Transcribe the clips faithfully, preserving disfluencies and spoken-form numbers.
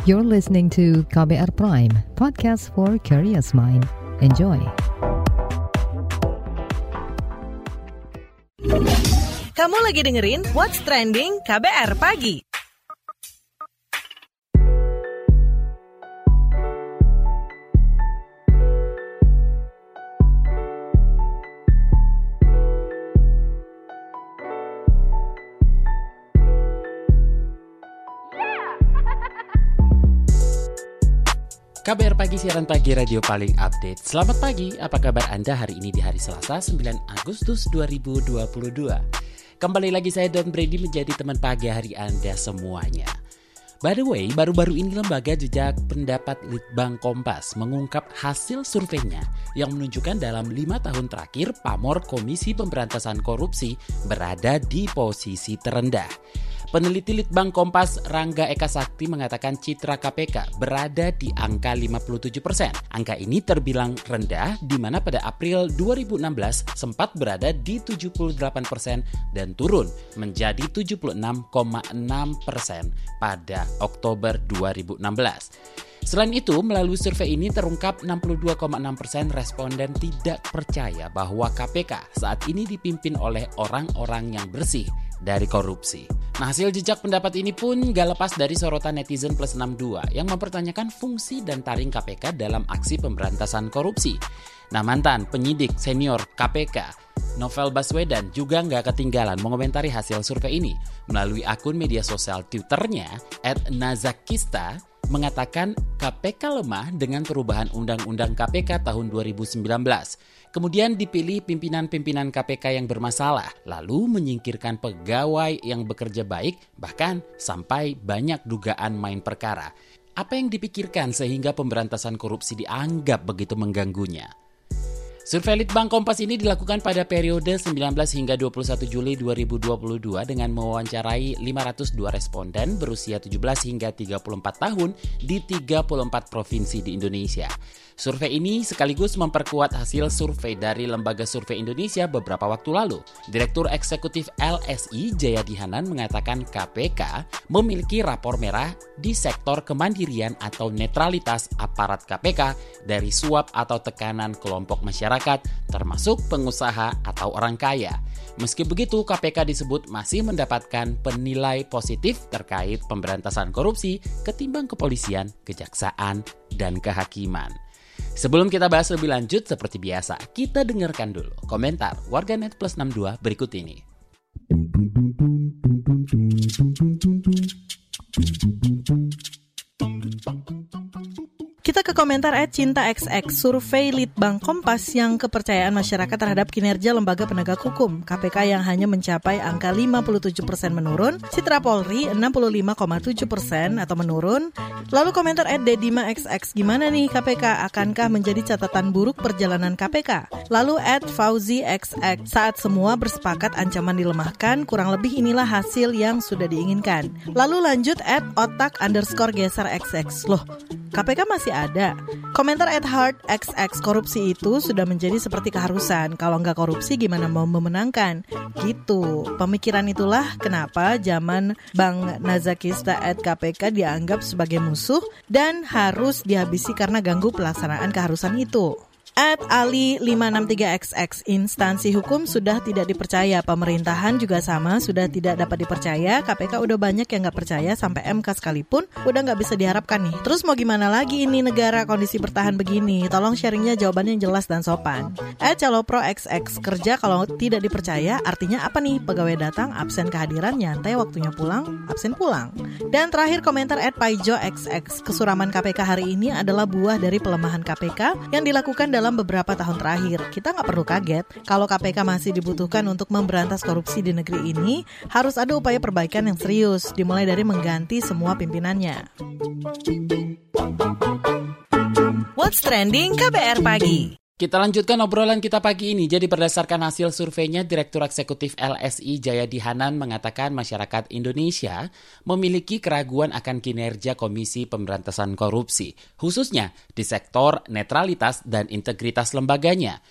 You're listening to K B R Prime, podcast for curious mind. Enjoy. Kamu lagi dengerin What's Trending K B R Pagi. K B R Pagi, siaran pagi radio paling update. Selamat pagi, apa kabar Anda hari ini di hari Selasa sembilan Agustus dua ribu dua puluh dua. Kembali lagi saya Don Brady menjadi teman pagi hari Anda semuanya. By the way, baru-baru ini Lembaga Jejak Pendapat Litbang Kompas mengungkap hasil surveinya yang menunjukkan dalam lima tahun terakhir pamor Komisi Pemberantasan Korupsi berada di posisi terendah. Peneliti Litbang Kompas Rangga Eka Sakti mengatakan citra K P K berada di angka lima puluh tujuh persen. Angka ini terbilang rendah di mana pada April dua ribu enam belas sempat berada di tujuh puluh delapan persen dan turun menjadi tujuh puluh enam koma enam persen pada Oktober dua ribu enam belas. Selain itu, melalui survei ini terungkap enam puluh dua koma enam persen responden tidak percaya bahwa K P K saat ini dipimpin oleh orang-orang yang bersih dari korupsi. Nah, hasil jejak pendapat ini pun gak lepas dari sorotan netizen plus enam puluh dua yang mempertanyakan fungsi dan taring K P K dalam aksi pemberantasan korupsi. Nah, mantan penyidik senior K P K Novel Baswedan juga gak ketinggalan mengomentari hasil survei ini. Melalui akun media sosial Twitternya et nazakista mengatakan K P K lemah dengan perubahan Undang-Undang K P K tahun dua ribu sembilan belas. Kemudian dipilih pimpinan-pimpinan K P K yang bermasalah, lalu menyingkirkan pegawai yang bekerja baik, bahkan sampai banyak dugaan main perkara. Apa yang dipikirkan sehingga pemberantasan korupsi dianggap begitu mengganggunya? Survei Litbang Kompas ini dilakukan pada periode sembilan belas hingga dua puluh satu Juli dua ribu dua puluh dua dengan mewawancarai lima ratus dua responden berusia tujuh belas hingga tiga puluh empat tahun di tiga puluh empat provinsi di Indonesia. Survei ini sekaligus memperkuat hasil survei dari Lembaga Survei Indonesia beberapa waktu lalu. Direktur Eksekutif L S I Jayadi Hanan mengatakan K P K memiliki rapor merah di sektor kemandirian atau netralitas aparat K P K dari suap atau tekanan kelompok masyarakat, termasuk pengusaha atau orang kaya. Meski begitu, K P K disebut masih mendapatkan penilai positif terkait pemberantasan korupsi ketimbang kepolisian, kejaksaan, dan kehakiman. Sebelum kita bahas lebih lanjut, seperti biasa, kita dengarkan dulu komentar warganet plus enam puluh dua berikut ini. Kita ke komentar at Cinta X X, survei Litbang Kompas yang kepercayaan masyarakat terhadap kinerja lembaga penegak hukum. K P K yang hanya mencapai angka lima puluh tujuh persen menurun, Citra Polri enam puluh lima koma tujuh persen atau menurun. Lalu komentar at Dedima X X, gimana nih K P K? Akankah menjadi catatan buruk perjalanan K P K? Lalu at Fauzi X X, saat semua bersepakat ancaman dilemahkan, kurang lebih inilah hasil yang sudah diinginkan. Lalu lanjut at Otak underscore geser X X, loh K P K masih ada. Komentar at Heart X X, korupsi itu sudah menjadi seperti keharusan. Kalau nggak korupsi gimana mau memenangkan? Gitu. Pemikiran itulah kenapa zaman Bang Nazakista at K P K dianggap sebagai musuh dan harus dihabisi karena ganggu pelaksanaan keharusan itu. At Ali lima enam tiga X X, instansi hukum sudah tidak dipercaya, pemerintahan juga sama, sudah tidak dapat dipercaya, K P K udah banyak yang gak percaya, sampai M K sekalipun udah gak bisa diharapkan nih. Terus mau gimana lagi ini negara kondisi bertahan begini? Tolong sharingnya jawabannya yang jelas dan sopan. At Calopro X X, kerja kalau tidak dipercaya artinya apa nih? Pegawai datang, absen kehadiran, nyantai, waktunya pulang, absen pulang. Dan terakhir komentar at Paijo X X, kesuraman K P K hari ini adalah buah dari pelemahan K P K yang dilakukan dalam beberapa tahun terakhir. Kita nggak perlu kaget kalau K P K masih dibutuhkan untuk memberantas korupsi di negeri ini. Harus ada upaya perbaikan yang serius, dimulai dari mengganti semua pimpinannya. What's Trending K B R Pagi. Kita lanjutkan obrolan kita pagi ini. Jadi berdasarkan hasil surveinya, Direktur Eksekutif L S I Jayadi Hanan mengatakan masyarakat Indonesia memiliki keraguan akan kinerja Komisi Pemberantasan Korupsi, khususnya di sektor netralitas dan integritas lembaganya.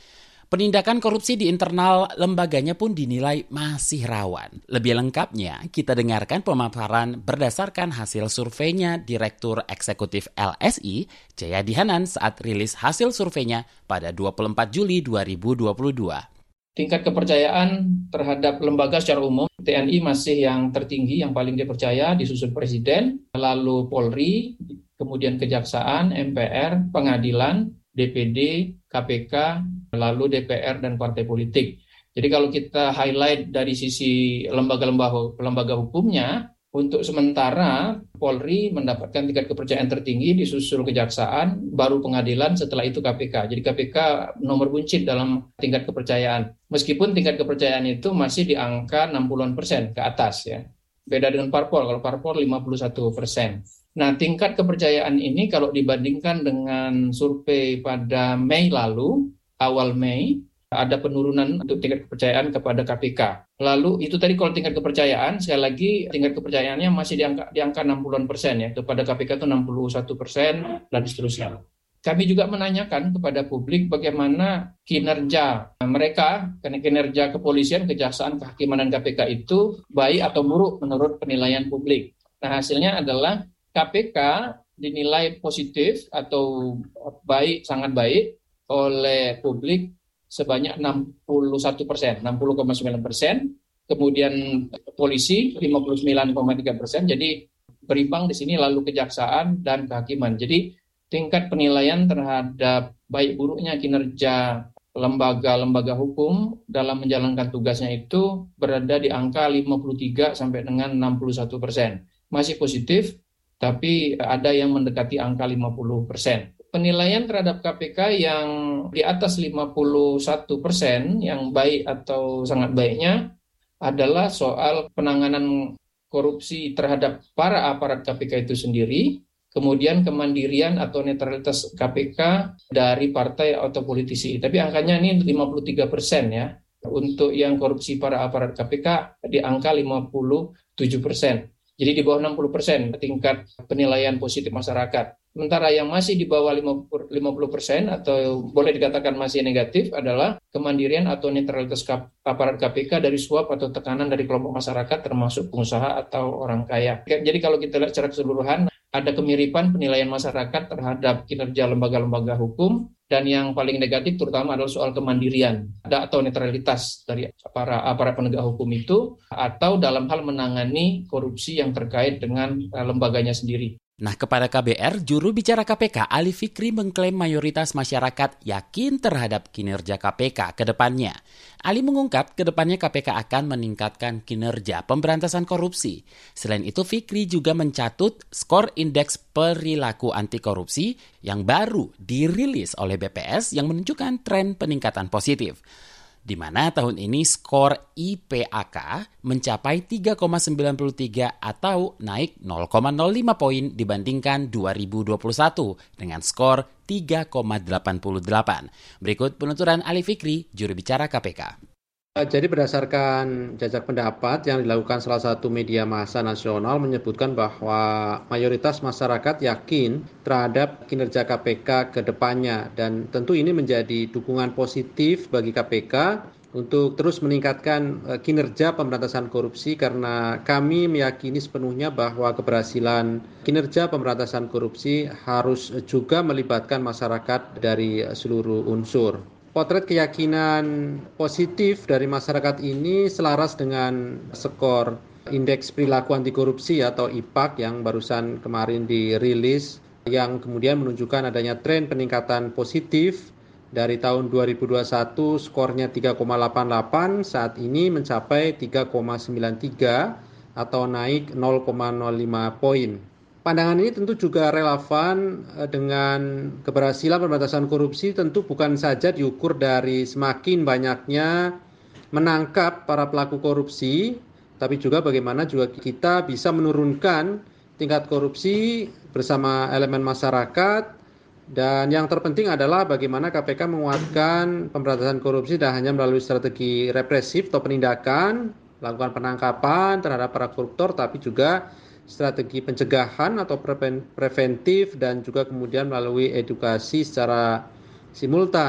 Penindakan korupsi di internal lembaganya pun dinilai masih rawan. Lebih lengkapnya, kita dengarkan pemaparan berdasarkan hasil surveinya Direktur Eksekutif L S I, Jayadi Hanan saat rilis hasil surveinya pada dua puluh empat Juli dua ribu dua puluh dua. Tingkat kepercayaan terhadap lembaga secara umum, T N I masih yang tertinggi, yang paling dipercaya, disusul Presiden, lalu Polri, kemudian Kejaksaan, M P R, Pengadilan, D P D, K P K, lalu D P R dan partai politik. Jadi kalau kita highlight dari sisi lembaga-lembaga lembaga hukumnya, untuk sementara Polri mendapatkan tingkat kepercayaan tertinggi, disusul Kejaksaan, baru Pengadilan, setelah itu K P K. Jadi K P K nomor buncit dalam tingkat kepercayaan. Meskipun tingkat kepercayaan itu masih di angka enam puluhan persen ke atas ya. Beda dengan parpol, kalau parpol lima puluh satu persen. Nah, tingkat kepercayaan ini kalau dibandingkan dengan survei pada Mei lalu, awal Mei, ada penurunan untuk tingkat kepercayaan kepada K P K. Lalu itu tadi kalau tingkat kepercayaan, sekali lagi tingkat kepercayaannya masih di angka, di angka enam puluhan persen ya. Kepada K P K itu enam puluh satu persen dan seterusnya. Kami juga menanyakan kepada publik bagaimana kinerja mereka, karena kinerja kepolisian, kejaksaan, kehakiman dan K P K itu baik atau buruk menurut penilaian publik. Nah, hasilnya adalah K P K dinilai positif atau baik, sangat baik oleh publik sebanyak enam puluh satu persen, enam puluh koma sembilan persen. Kemudian polisi lima puluh sembilan koma tiga persen. Jadi berimbang di sini, lalu kejaksaan dan kehakiman. Jadi tingkat penilaian terhadap baik buruknya kinerja lembaga-lembaga hukum dalam menjalankan tugasnya itu berada di angka lima puluh tiga sampai dengan enam puluh satu persen. Masih positif, tapi ada yang mendekati angka lima puluh persen. Penilaian terhadap K P K yang di atas lima puluh satu persen, yang baik atau sangat baiknya, adalah soal penanganan korupsi terhadap para aparat K P K itu sendiri, kemudian kemandirian atau netralitas K P K dari partai atau politisi. Tapi angkanya ini lima puluh tiga persen ya. Untuk yang korupsi para aparat K P K di angka lima puluh tujuh persen. Jadi di bawah enam puluh persen tingkat penilaian positif masyarakat. Sementara yang masih di bawah lima puluh persen atau boleh dikatakan masih negatif adalah kemandirian atau netralitas aparat K P K dari suap atau tekanan dari kelompok masyarakat termasuk pengusaha atau orang kaya. Jadi kalau kita lihat secara keseluruhan, ada kemiripan penilaian masyarakat terhadap kinerja lembaga-lembaga hukum, dan yang paling negatif terutama adalah soal kemandirian atau netralitas dari para aparat penegak hukum itu, atau dalam hal menangani korupsi yang terkait dengan lembaganya sendiri. Nah, kepada K B R, juru bicara K P K Ali Fikri mengklaim mayoritas masyarakat yakin terhadap kinerja K P K ke depannya. Ali mengungkap ke depannya K P K akan meningkatkan kinerja pemberantasan korupsi. Selain itu, Fikri juga mencatut skor indeks perilaku anti korupsi yang baru dirilis oleh B P S yang menunjukkan tren peningkatan positif, di mana tahun ini skor I P A K mencapai tiga koma sembilan tiga atau naik nol koma nol lima poin dibandingkan dua ribu dua puluh satu dengan skor tiga koma delapan delapan. Berikut penuturan Ali Fikri, juru bicara K P K. Jadi berdasarkan jajak pendapat yang dilakukan salah satu media massa nasional menyebutkan bahwa mayoritas masyarakat yakin terhadap kinerja K P K ke depannya, dan tentu ini menjadi dukungan positif bagi K P K untuk terus meningkatkan kinerja pemberantasan korupsi, karena kami meyakini sepenuhnya bahwa keberhasilan kinerja pemberantasan korupsi harus juga melibatkan masyarakat dari seluruh unsur. Potret keyakinan positif dari masyarakat ini selaras dengan skor indeks perilaku anti korupsi atau I P A K yang barusan kemarin dirilis, yang kemudian menunjukkan adanya tren peningkatan positif dari tahun dua ribu dua puluh satu skornya tiga koma delapan delapan, saat ini mencapai tiga koma sembilan tiga atau naik nol koma nol lima poin. Pandangan ini tentu juga relevan dengan keberhasilan pemberantasan korupsi, tentu bukan saja diukur dari semakin banyaknya menangkap para pelaku korupsi, tapi juga bagaimana juga kita bisa menurunkan tingkat korupsi bersama elemen masyarakat, dan yang terpenting adalah bagaimana K P K menguatkan pemberantasan korupsi tidak hanya melalui strategi represif atau penindakan, melakukan penangkapan terhadap para koruptor, tapi juga strategi pencegahan atau preventif, dan juga kemudian melalui edukasi secara simultan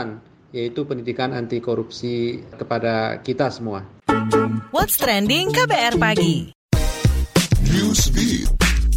yaitu pendidikan anti korupsi kepada kita semua. What's Trending K B R Pagi. Newsbeat.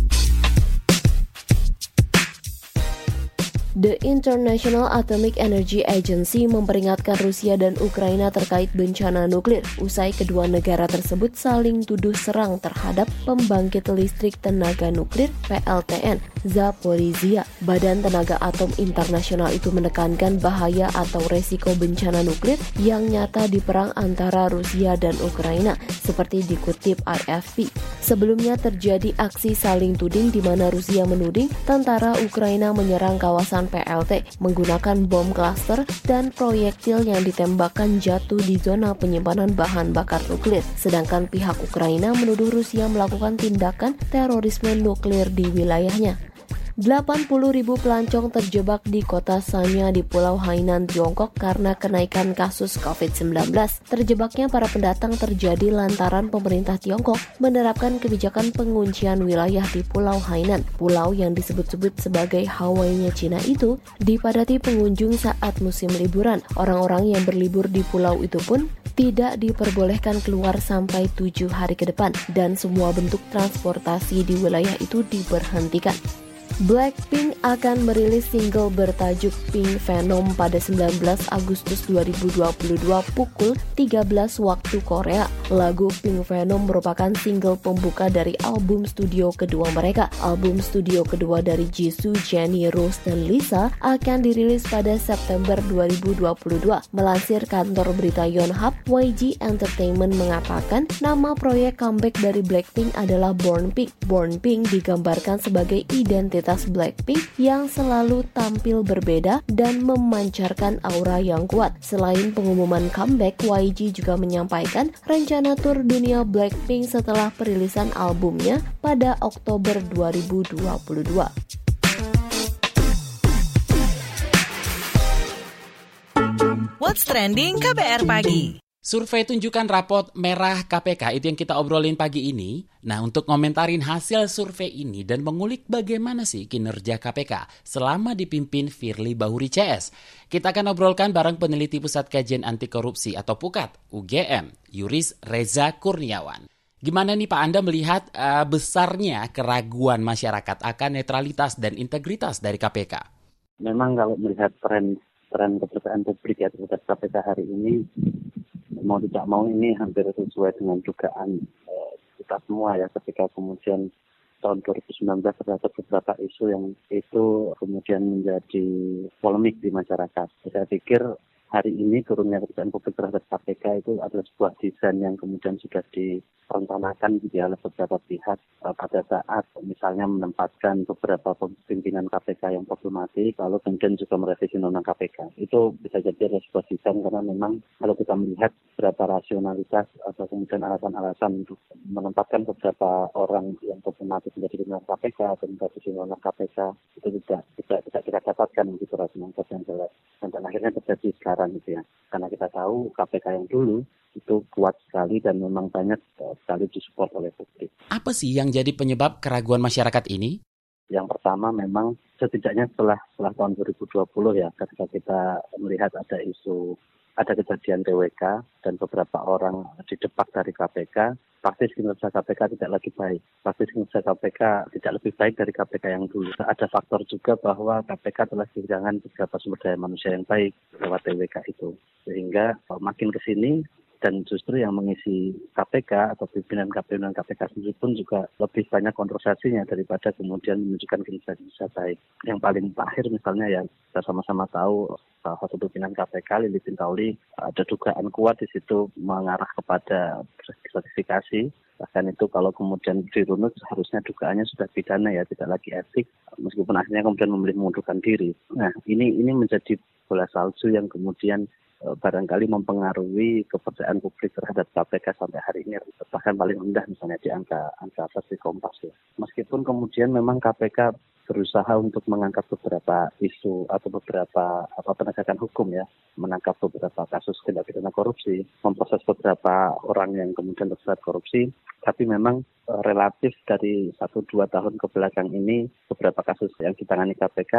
The International Atomic Energy Agency memperingatkan Rusia dan Ukraina terkait bencana nuklir usai kedua negara tersebut saling tuduh serang terhadap pembangkit listrik tenaga nuklir P L T N Zaporizhia. Badan Tenaga Atom Internasional itu menekankan bahaya atau resiko bencana nuklir yang nyata di perang antara Rusia dan Ukraina, seperti dikutip R F P. Sebelumnya terjadi aksi saling tuding di mana Rusia menuding tentara Ukraina menyerang kawasan P L T menggunakan bom klaster dan proyektil yang ditembakkan jatuh di zona penyimpanan bahan bakar nuklir. Sedangkan pihak Ukraina menuduh Rusia melakukan tindakan terorisme nuklir di wilayahnya. delapan puluh ribu pelancong terjebak di kota Sanya di Pulau Hainan, Tiongkok karena kenaikan kasus covid sembilan belas. Terjebaknya para pendatang terjadi lantaran pemerintah Tiongkok menerapkan kebijakan penguncian wilayah di Pulau Hainan. Pulau yang disebut-sebut sebagai Hawaii-nya Cina itu dipadati pengunjung saat musim liburan. Orang-orang yang berlibur di pulau itu pun tidak diperbolehkan keluar sampai tujuh hari ke depan dan semua bentuk transportasi di wilayah itu diberhentikan. Blackpink akan merilis single bertajuk Pink Venom pada sembilan belas Agustus dua ribu dua puluh dua pukul tiga belas waktu Korea. Lagu Pink Venom merupakan single pembuka dari album studio kedua mereka. Album studio kedua dari Jisoo, Jennie, Rose, dan Lisa akan dirilis pada September dua ribu dua puluh dua. Melansir kantor berita Yonhap, Y G Entertainment mengatakan nama proyek comeback dari Blackpink adalah Born Pink. Born Pink digambarkan sebagai identitas Blackpink yang selalu tampil berbeda dan memancarkan aura yang kuat. Selain pengumuman comeback, Y G juga menyampaikan rencana tur dunia Blackpink setelah perilisan albumnya pada Oktober dua ribu dua puluh dua. What's Trending K B R Pagi. Survei tunjukkan rapot merah K P K itu yang kita obrolin pagi ini. Nah, untuk komentarin hasil survei ini dan mengulik bagaimana sih kinerja K P K selama dipimpin Firly Bahuri C S, kita akan obrolkan bareng peneliti Pusat Kajian Anti Korupsi atau Pukat U G M, Yuris Reza Kurniawan. Gimana nih Pak Anda melihat uh, besarnya keraguan masyarakat akan netralitas dan integritas dari K P K? Memang kalau melihat tren tren kepercayaan publik ya terhadap K P K hari ini, mau tidak mau ini hampir sesuai dengan dugaan eh, kita semua ya, ketika kemudian tahun dua ribu sembilan belas terdapat beberapa isu yang itu kemudian menjadi polemik di masyarakat. Saya pikir hari ini turunnya kepercayaan publik terhadap K P K itu adalah sebuah desain yang kemudian sudah direncanakan gitu ya oleh beberapa pihak uh, pada saat misalnya menempatkan beberapa pimpinan K P K yang problematik, lalu kemudian juga merevisi undang-undang K P K. Itu bisa jadi adalah sebuah desain karena memang kalau kita melihat berapa rasionalitas atau kemudian alasan-alasan untuk menempatkan beberapa orang yang problematik menjadi pimpinan K P K atau merevisi undang-undang K P K itu tidak tidak tidak kita dapatkan gitu rasionalitas yang jelas. Dan akhirnya terjadi sekarang gitu ya. Karena kita tahu K P K yang dulu itu kuat sekali dan memang banyak sekali disupport oleh publik. Apa sih yang jadi penyebab keraguan masyarakat ini? Yang pertama memang setidaknya setelah setelah tahun dua ribu dua puluh ya, ketika kita melihat ada isu, ada kejadian T W K dan beberapa orang didepak dari K P K, pasti kinerja K P K tidak lagi baik. Pasti kinerja K P K tidak lebih baik dari K P K yang dulu. Ada faktor juga bahwa K P K telah kehilangan beberapa sumber daya manusia yang baik lewat T W K itu. Sehingga makin ke sini dan justru yang mengisi K P K atau pimpinan K P K sendiri pun juga lebih banyak kontroversinya daripada kemudian menunjukkan kinerja-kinerja baik. Yang paling terakhir misalnya ya kita sama-sama tahu salah satu pimpinan K P K Lili Pintauli ada dugaan kuat di situ mengarah kepada gratifikasi. Bahkan itu kalau kemudian dirunut seharusnya dugaannya sudah pidana ya, tidak lagi etik, meskipun akhirnya kemudian memilih mengundurkan diri. Nah ini ini menjadi bola salju yang kemudian barangkali mempengaruhi kepercayaan publik terhadap K P K sampai hari ini bahkan paling rendah misalnya di angka angka versi Kompas ya. Meskipun kemudian memang K P K berusaha untuk mengangkat beberapa isu atau beberapa apa penegakan hukum ya, menangkap beberapa kasus tindak pidana korupsi, memproses beberapa orang yang kemudian terseret korupsi, tapi memang relatif dari satu dua tahun ke belakang ini beberapa kasus yang ditangani K P K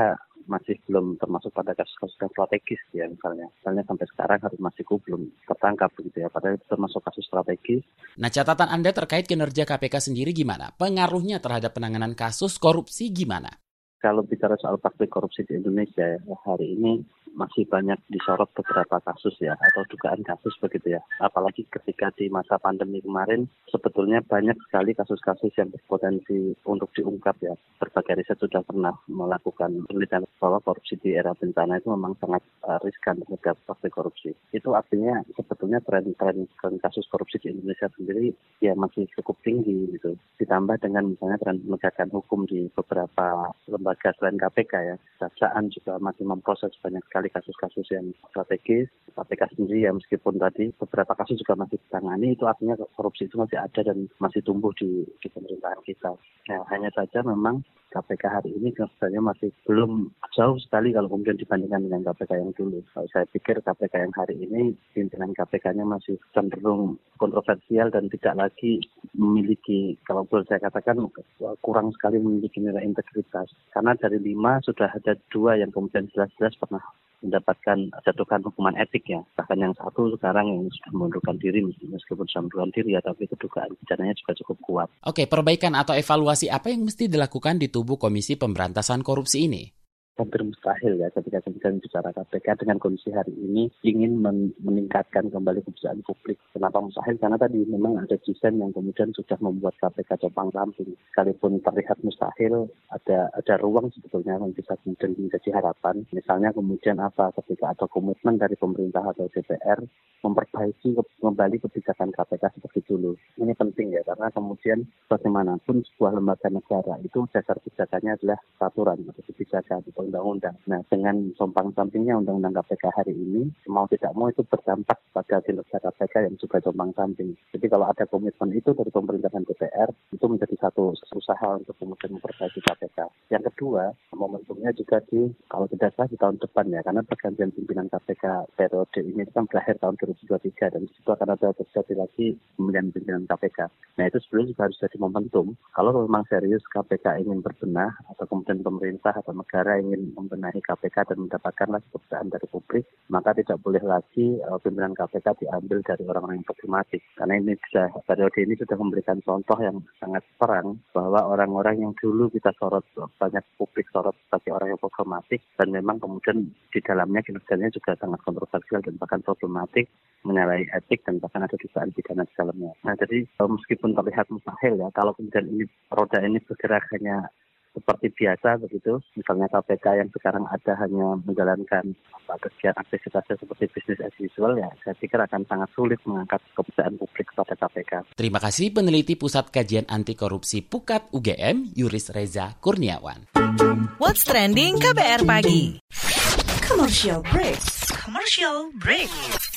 masih belum termasuk pada kasus-kasus yang strategis ya misalnya. Misalnya sampai sekarang Harun Masiku belum tertangkap begitu ya, padahal itu termasuk kasus strategis. Nah, catatan Anda terkait kinerja K P K sendiri gimana? Pengaruhnya terhadap penanganan kasus korupsi gimana? Kalau bicara soal praktik korupsi di Indonesia ya, hari ini masih banyak disorot beberapa kasus ya, atau dugaan kasus begitu ya. Apalagi ketika di masa pandemi kemarin, sebetulnya banyak sekali kasus-kasus yang berpotensi untuk diungkap ya. Berbagai riset sudah pernah melakukan penelitian bahwa korupsi di era bencana itu memang sangat uh, riskan terhadap praktik korupsi. Itu artinya sebetulnya tren-tren kasus korupsi di Indonesia sendiri ya masih cukup tinggi gitu. Ditambah dengan misalnya tren penegakan hukum di beberapa lembaga selain K P K ya. Kejaksaan juga masih memproses banyak sekali kasus-kasus yang strategis. K P K sendiri ya meskipun tadi beberapa kasus juga masih ditangani, itu artinya korupsi itu masih ada dan masih tumbuh di, di pemerintahan kita. Nah, hanya saja memang K P K hari ini sebenarnya masih belum jauh sekali kalau kemudian dibandingkan dengan K P K yang dulu. Kalau saya pikir K P K yang hari ini, pimpinan K P K-nya masih cenderung kontroversial dan tidak lagi memiliki, kalau boleh saya katakan, kurang sekali memiliki nilai integritas. Karena dari lima sudah ada dua yang kemudian jelas-jelas pernah mendapatkan jatuhkan hukuman etik ya. Bahkan yang satu sekarang yang sudah mengundurkan diri, meskipun sudah mengundurkan diri ya, tapi itu dugaan pidananya juga cukup kuat. Oke, perbaikan atau evaluasi apa yang mesti dilakukan di tubuh Komisi Pemberantasan Korupsi ini? Hampir mustahil ya ketika kemudian bicara K P K dengan kondisi hari ini ingin men- meningkatkan kembali kepercayaan publik. Kenapa mustahil? Karena tadi memang ada desain yang kemudian sudah membuat K P K compang-camping. Sekalipun terlihat mustahil, ada ada ruang sebetulnya yang bisa kemudian menjadi harapan. Misalnya kemudian apa ketika ada komitmen dari pemerintah atau D P R memperbaiki ke- kembali kebijakan K P K seperti dulu. Ini penting ya, karena kemudian bagaimanapun sebuah lembaga negara itu dasar kebijakannya adalah peraturan atau kebijakan atau undang-undang. Nah, dengan compang-campingnya undang-undang K P K hari ini, mau tidak mau itu berdampak pada kinerja K P K yang juga compang-camping. Jadi kalau ada komitmen itu dari pemerintah dan D P R, itu menjadi satu usaha untuk kemudian memperbaiki K P K. Yang kedua, momentumnya juga di, kalau tidak salah di tahun depan ya, karena pergantian pimpinan K P K periode ini kan berakhir tahun dua ribu dua puluh tiga, dan di situ akan ada terjadi lagi pemilihan pimpinan K P K. Nah, itu sebenarnya juga harus jadi momentum. Kalau memang serius K P K ingin berbenah, atau kemudian pemerintah atau negara ingin membenahi K P K dan mendapatkanlah kepercayaan dari publik, maka tidak boleh lagi uh, pimpinan K P K diambil dari orang-orang yang problematik. Karena ini bisa, periode ini sudah memberikan contoh yang sangat terang bahwa orang-orang yang dulu kita sorot, banyak publik sorot sebagai orang yang problematik, dan memang kemudian di dalamnya kinerjanya juga sangat kontroversial dan bahkan problematik, menyalahi etik dan bahkan ada dugaan pidana di dalamnya. Nah, jadi uh, meskipun terlihat mustahil ya, kalau kemudian ini roda ini bergerak hanya seperti biasa begitu, misalnya K P K yang sekarang ada hanya menjalankan apa, kegiatan aktivitasnya seperti bisnis as usual ya, saya pikir akan sangat sulit mengangkat kepercayaan publik kepada K P K. Terima kasih peneliti Pusat Kajian Anti Korupsi Pukat U G M, Yuris Reza Kurniawan. What's Trending K B R Pagi. Commercial break. Commercial break.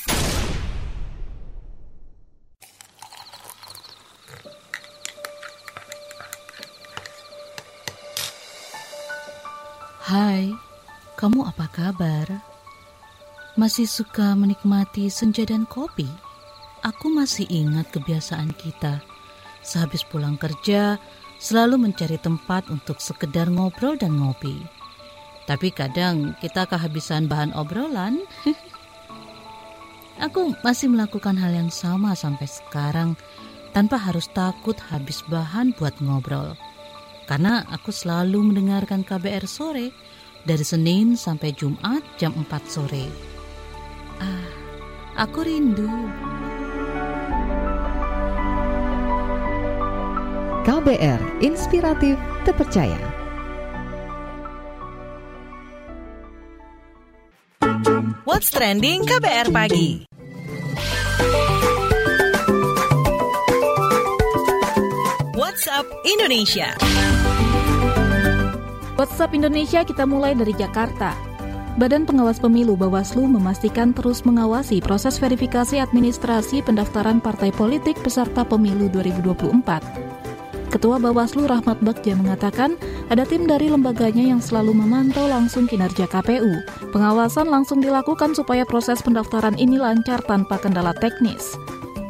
Hai, kamu apa kabar? Masih suka menikmati senja dan kopi? Aku masih ingat kebiasaan kita. Sehabis pulang kerja, selalu mencari tempat untuk sekedar ngobrol dan ngopi. Tapi kadang kita kehabisan bahan obrolan. Aku masih melakukan hal yang sama sampai sekarang, tanpa harus takut habis bahan buat ngobrol. Karena aku selalu mendengarkan K B R Sore dari Senin sampai Jumat jam empat sore. Ah, aku rindu. K B R Inspiratif Terpercaya. What's Trending K B R Pagi. WhatsApp Indonesia. WhatsApp Indonesia kita mulai dari Jakarta. Badan Pengawas Pemilu Bawaslu memastikan terus mengawasi proses verifikasi administrasi pendaftaran partai politik peserta pemilu dua ribu dua puluh empat. Ketua Bawaslu Rahmat Bagja mengatakan ada tim dari lembaganya yang selalu memantau langsung kinerja K P U. Pengawasan langsung dilakukan supaya proses pendaftaran ini lancar tanpa kendala teknis.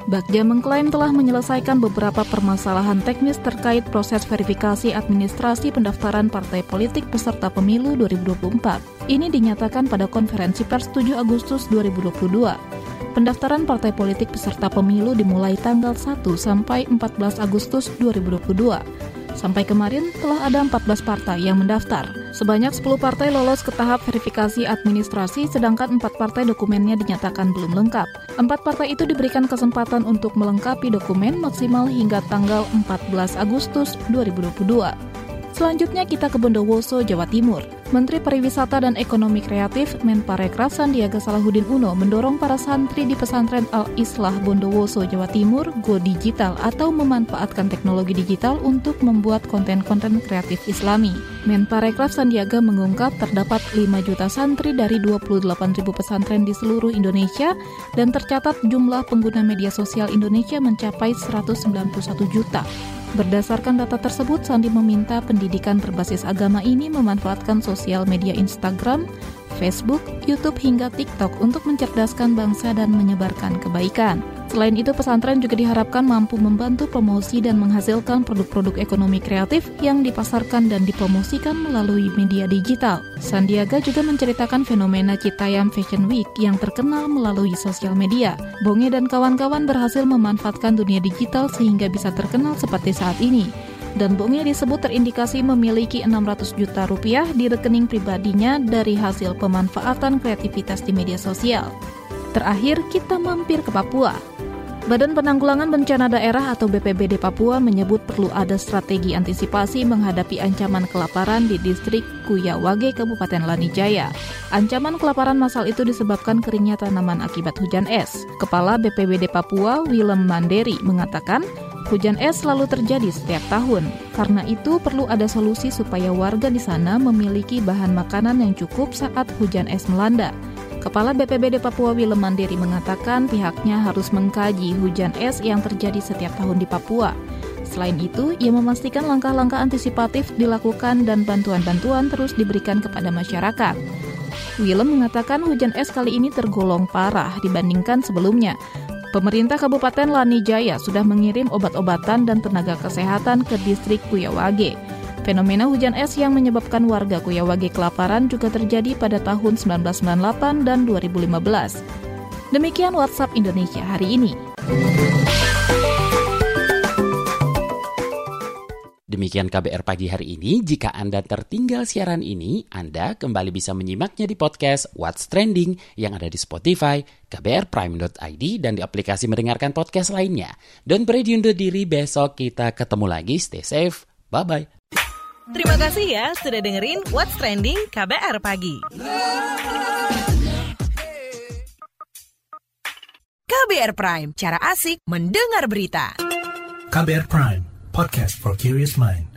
Bagja mengklaim telah menyelesaikan beberapa permasalahan teknis terkait proses verifikasi administrasi pendaftaran partai politik peserta pemilu dua ribu dua puluh empat. Ini dinyatakan pada konferensi pers tujuh Agustus dua ribu dua puluh dua. Pendaftaran partai politik peserta pemilu dimulai tanggal satu sampai empat belas Agustus dua ribu dua puluh dua. Sampai kemarin telah ada empat belas partai yang mendaftar. Sebanyak sepuluh partai lolos ke tahap verifikasi administrasi, sedangkan empat partai dokumennya dinyatakan belum lengkap. Empat partai itu diberikan kesempatan untuk melengkapi dokumen maksimal hingga tanggal empat belas Agustus dua ribu dua puluh dua. Selanjutnya kita ke Bondowoso, Jawa Timur. Menteri Pariwisata dan Ekonomi Kreatif Menparekraf Sandiaga Salahuddin Uno mendorong para santri di pesantren Al-Islah Bondowoso, Jawa Timur go digital atau memanfaatkan teknologi digital untuk membuat konten-konten kreatif Islami. Menparekraf Sandiaga mengungkap terdapat lima juta santri dari dua puluh delapan ribu pesantren di seluruh Indonesia dan tercatat jumlah pengguna media sosial Indonesia mencapai seratus sembilan puluh satu juta. Berdasarkan data tersebut, Sandi meminta pendidikan berbasis agama ini memanfaatkan sosial media Instagram, Facebook, YouTube, hingga TikTok untuk mencerdaskan bangsa dan menyebarkan kebaikan. Selain itu, pesantren juga diharapkan mampu membantu promosi dan menghasilkan produk-produk ekonomi kreatif yang dipasarkan dan dipromosikan melalui media digital. Sandiaga juga menceritakan fenomena Citayam Fashion Week yang terkenal melalui sosial media. Bonge dan kawan-kawan berhasil memanfaatkan dunia digital sehingga bisa terkenal seperti saat ini. Dan Bonge disebut terindikasi memiliki enam ratus juta rupiah di rekening pribadinya dari hasil pemanfaatan kreativitas di media sosial. Terakhir, kita mampir ke Papua. Badan Penanggulangan Bencana Daerah atau B P B D Papua menyebut perlu ada strategi antisipasi menghadapi ancaman kelaparan di distrik Kuyawage, Kabupaten Lanijaya. Ancaman kelaparan massal itu disebabkan keringnya tanaman akibat hujan es. Kepala B P B D Papua, Willem Manderi, mengatakan hujan es selalu terjadi setiap tahun. Karena itu perlu ada solusi supaya warga di sana memiliki bahan makanan yang cukup saat hujan es melanda. Kepala B P B D Papua Willem Manderi mengatakan pihaknya harus mengkaji hujan es yang terjadi setiap tahun di Papua. Selain itu, ia memastikan langkah-langkah antisipatif dilakukan dan bantuan-bantuan terus diberikan kepada masyarakat. Willem mengatakan hujan es kali ini tergolong parah dibandingkan sebelumnya. Pemerintah Kabupaten Lanijaya sudah mengirim obat-obatan dan tenaga kesehatan ke distrik Kuyawage. Fenomena hujan es yang menyebabkan warga Kuyawage kelaparan juga terjadi pada tahun seribu sembilan ratus sembilan puluh delapan dan dua ribu lima belas. Demikian WhatsApp Indonesia hari ini. Demikian K B R Pagi hari ini. Jika Anda tertinggal siaran ini, Anda kembali bisa menyimaknya di podcast What's Trending yang ada di Spotify, k b r prime dot i d, dan di aplikasi mendengarkan podcast lainnya. Don't ready undur diri, besok kita ketemu lagi. Stay safe. Bye-bye. Terima kasih ya sudah dengerin What's Trending K B R Pagi. K B R Prime, cara asik mendengar berita. K B R Prime, podcast for curious mind.